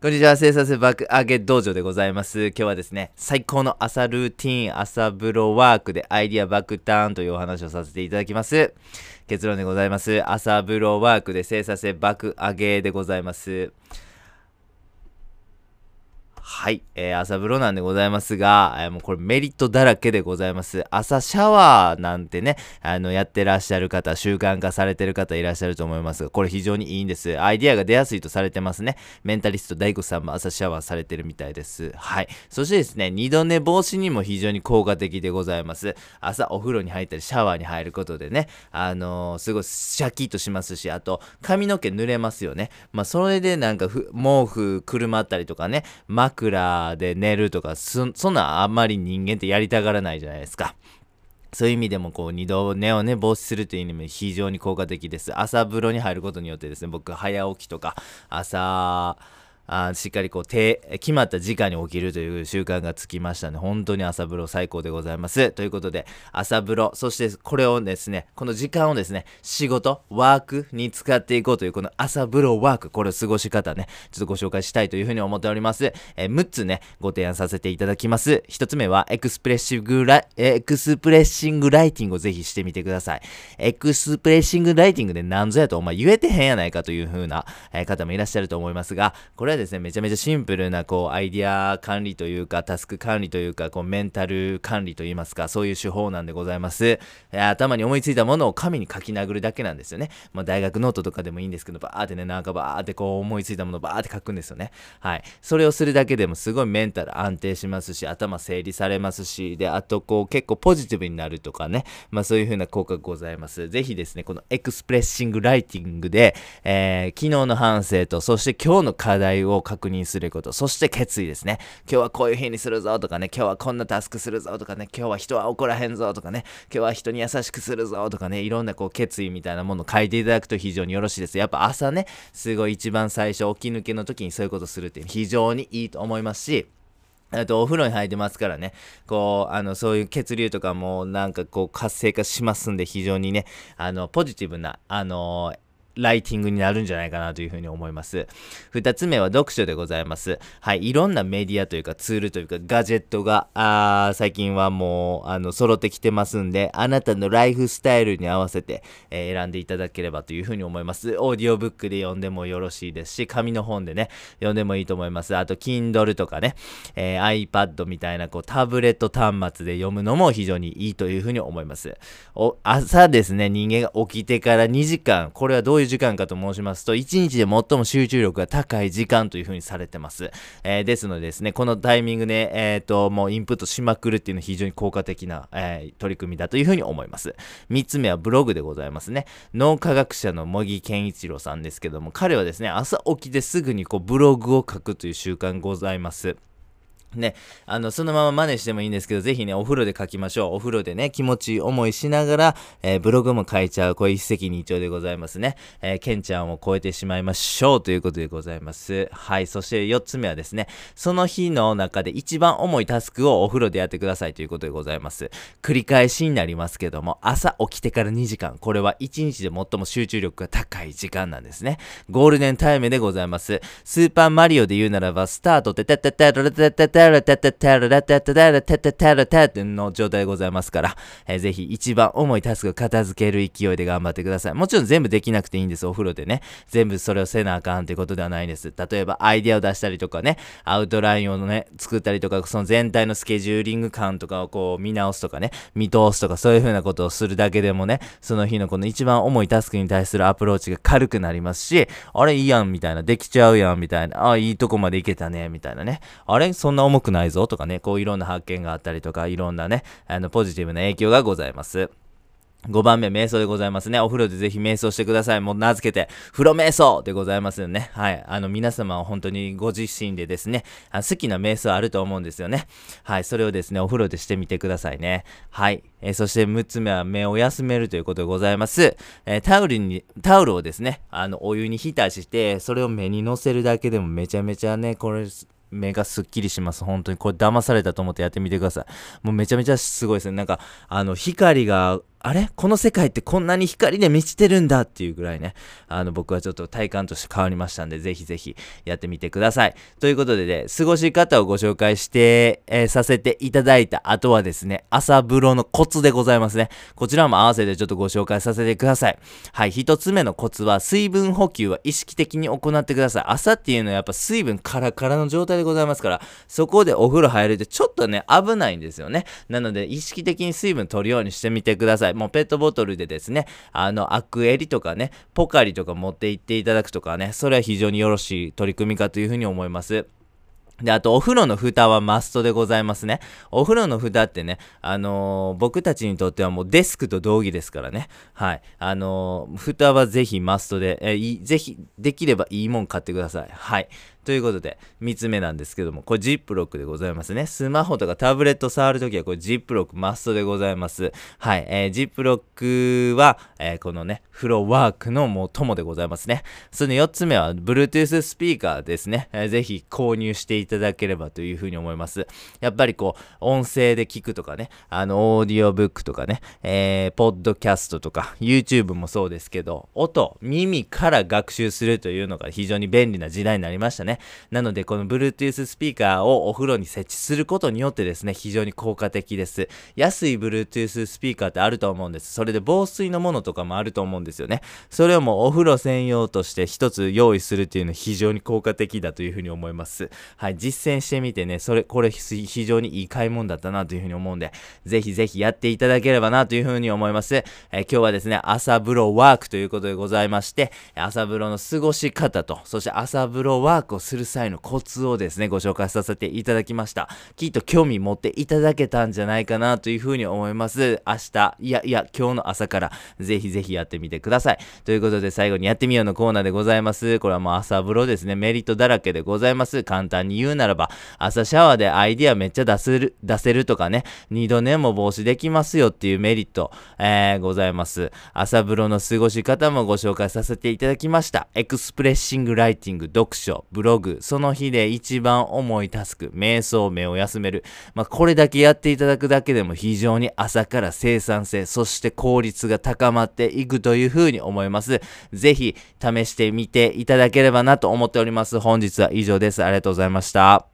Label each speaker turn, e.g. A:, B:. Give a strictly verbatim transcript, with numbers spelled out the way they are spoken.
A: こんにちは、生産性爆上げ道場でございます。今日はですね、最高の朝ルーティーン、朝風呂ワークでアイディア爆ターンというお話をさせていただきます。結論でございます。朝風呂ワークで生産性爆上げでございます。はい、えー、朝風呂なんでございますが、えー、もうこれメリットだらけでございます。朝シャワーなんてね、あの、やってらっしゃる方、習慣化されてる方いらっしゃると思いますが、これ非常にいいんです。アイディアが出やすいとされてますね。メンタリスト大悟さんも朝シャワーされてるみたいです。はい。そしてですね、二度寝防止にも非常に効果的でございます。朝お風呂に入ったりシャワーに入ることでね、あのー、すごいシャキッとしますし、あと髪の毛濡れますよね。まあ、それでなんかふ毛布くるまったりとかね、枕で寝るとか そ, そんなあんまり人間ってやりたがらないじゃないですか。そういう意味でもこう二度寝をね防止するという意味でも非常に効果的です。朝風呂に入ることによってですね、僕早起きとか朝あしっかりこう手決まった時間に起きるという習慣がつきましたね。本当に朝風呂最高でございます。ということで朝風呂、そしてこれをですね、この時間をですね、仕事ワークに使っていこうというこの朝風呂ワーク、これを過ごし方ね、ちょっとご紹介したいというふうに思っております。えー、むっつねご提案させていただきます。ひとつめはエクスプレッシブライエクスプレッシングライティングをぜひしてみてください。エクスプレッシングライティングで何ぞやとお前言えてへんやないかという風な、えー、方もいらっしゃると思いますが、これはですね、めちゃめちゃシンプルなこうアイディア管理というかタスク管理というかこうメンタル管理といいますか、そういう手法なんでございます。えー、頭に思いついたものを紙に書き殴るだけなんですよね。まあ、大学ノートとかでもいいんですけど、バーってね、なんかバーってこう思いついたものをバーって書くんですよね。はい。それをするだけでもすごいメンタル安定しますし、頭整理されますし、で、あとこう結構ポジティブになるとかね、まあそういう風な効果がございます。ぜひですね、このエクスプレッシングライティングで、えー、昨日の反省と、そして今日の課題を確認すること、そして決意ですね。今日はこういう日にするぞとかね、今日はこんなタスクするぞとかね、今日は人は怒らへんぞとかね、今日は人に優しくするぞとかね、いろんなこう決意みたいなものを書いていただくと非常によろしいです。やっぱ朝ね、すごい一番最初起き抜けの時にそういうことするって非常にいいと思いますし、あとお風呂に入ってますからね、こうあのそういう血流とかもなんかこう活性化しますんで、非常にね、あのポジティブなあのーライティングになるんじゃないかなというふうに思います。二つ目は読書でございます。はい、いろんなメディアというかツールというかガジェットがあー最近はもうあの揃ってきてますんで、あなたのライフスタイルに合わせて、えー選んでいただければというふうに思います。オーディオブックで読んでもよろしいですし、紙の本でね読んでもいいと思います。あと Kindle とかね、えー iPad みたいなこうタブレット端末で読むのも非常にいいというふうに思います。お朝ですね、人間が起きてからにじかん、これはどういう時間かと申しますと、いちにちで最も集中力が高い時間という風にされてます。えー、ですのでですね、このタイミングで、えーと、もうインプットしまくるっていうのは非常に効果的な、えー、取り組みだという風に思います。みっつめはブログでございますね。脳科学者の茂木健一郎さんですけども、彼はですね、朝起きてすぐにこうブログを書くという習慣がございます。ね、あの、そのまま真似してもいいんですけど、ぜひね、お風呂で書きましょう。お風呂でね、気持ちいい思いしながら、えー、ブログも書いちゃう。これ一石二鳥でございますね。えー、ケンちゃんを超えてしまいましょうということでございます。はい。そしてよっつめはですね、その日の中で一番重いタスクをお風呂でやってくださいということでございます。繰り返しになりますけども、朝起きてからにじかん。これはいちにちで最も集中力が高い時間なんですね。ゴールデンタイムでございます。スーパーマリオで言うならば、スタートててててててててタラタタタラタタタラタタタラタタの状態でございますから、えー、ぜひ一番重いタスクを片付ける勢いで頑張ってください。もちろん全部できなくていいんです。お風呂でね、全部それをせなあかんということではないんです。例えばアイデアを出したりとかね、アウトラインをね作ったりとか、その全体のスケジューリング感とかをこう見直すとかね、見通すとか、そういう風なことをするだけでもね、その日のこの一番重いタスクに対するアプローチが軽くなりますし、あれいいやんみたいな、できちゃうやんみたいな、あいいとこまでいけたねみたいなね、あれそんな重くないぞとかね、こういろんな発見があったりとか、いろんなね、あのポジティブな影響がございます。ごばんめ、瞑想でございますね。お風呂でぜひ瞑想してください。もう名付けて、風呂瞑想でございますよね。はい。あの、皆様は本当にご自身でですね、あ好きな瞑想あると思うんですよね。はい。それをですね、お風呂でしてみてくださいね。はい。えー、そしてむっつめは目を休めるということでございます。えー、タオルに、タオルをですね、あの、お湯に浸して、それを目に乗せるだけでもめちゃめちゃね、これ、目がすっきりします。本当にこれ騙されたと思ってやってみてください。もうめちゃめちゃすごいですね。なんかあの光があれこの世界ってこんなに光で満ちてるんだっていうぐらいね、あの僕はちょっと体感として変わりましたんで、ぜひぜひやってみてください。ということでね、過ごし方をご紹介して、えー、させていただいた後はですね、朝風呂のコツでございますね。こちらも合わせてちょっとご紹介させてください。はい、一つ目のコツは、水分補給は意識的に行ってください。朝っていうのはやっぱ水分カラカラの状態でございますから、そこでお風呂入るってちょっとね、危ないんですよね。なので、意識的に水分取るようにしてみてください。もうペットボトルでですね、あの、アクエリとかね、ポカリとか持って行っていただくとかね、それは非常によろしい取り組みかというふうに思います。で、あと、お風呂の蓋はマストでございますね。お風呂の蓋ってね、あのー、僕たちにとってはもうデスクと同義ですからね。はい。あのー、蓋はぜひマストで、えー、ぜひ、できればいいもん買ってください。はい。ということで、みっつめなんですけども、これジップロックでございますね。スマホとかタブレット触るときはこれジップロックマストでございます。はい。えー、ジップロックは、えー、このね、風呂ワークのもう友でございますね。そのよっつめは、Bluetooth スピーカーですね。えー、ぜひ購入していただければというふうに思います。やっぱりこう、音声で聞くとかね、あの、オーディオブックとかね、えー、ポッドキャストとか、YouTube もそうですけど、音、耳から学習するというのが非常に便利な時代になりましたね。なのでこの Bluetooth スピーカーをお風呂に設置することによってですね、非常に効果的です。安い Bluetooth スピーカーってあると思うんです。それで防水のものとかもあると思うんですよね。それをもうお風呂専用として一つ用意するっていうのは非常に効果的だというふうに思います。はい、実践してみてね、それ、これ非常にいい買い物だったなというふうに思うんで、ぜひぜひやっていただければなというふうに思います。えー、今日はですね、朝風呂ワークということでございまして、朝風呂の過ごし方と、そして朝風呂ワークをする際のコツをですね、ご紹介させていただきました。きっと興味持っていただけたんじゃないかなというふうに思います。明日、いやいや、今日の朝からぜひぜひやってみてください。ということで最後にやってみようのコーナーでございます。これはもう朝風呂ですね、メリットだらけでございます。簡単に言うならば、朝シャワーでアイディアめっちゃ出せる、出せるとかね、二度寝も防止できますよっていうメリット、えー、ございます。朝風呂の過ごし方もご紹介させていただきました。エクスプレッシングライティング、読書、ブログ、その日で一番重いタスク、瞑想、目を休める。まあ、これだけやっていただくだけでも非常に朝から生産性、そして効率が高まっていくというふうに思います。ぜひ試してみていただければなと思っております。本日は以上です。ありがとうございました。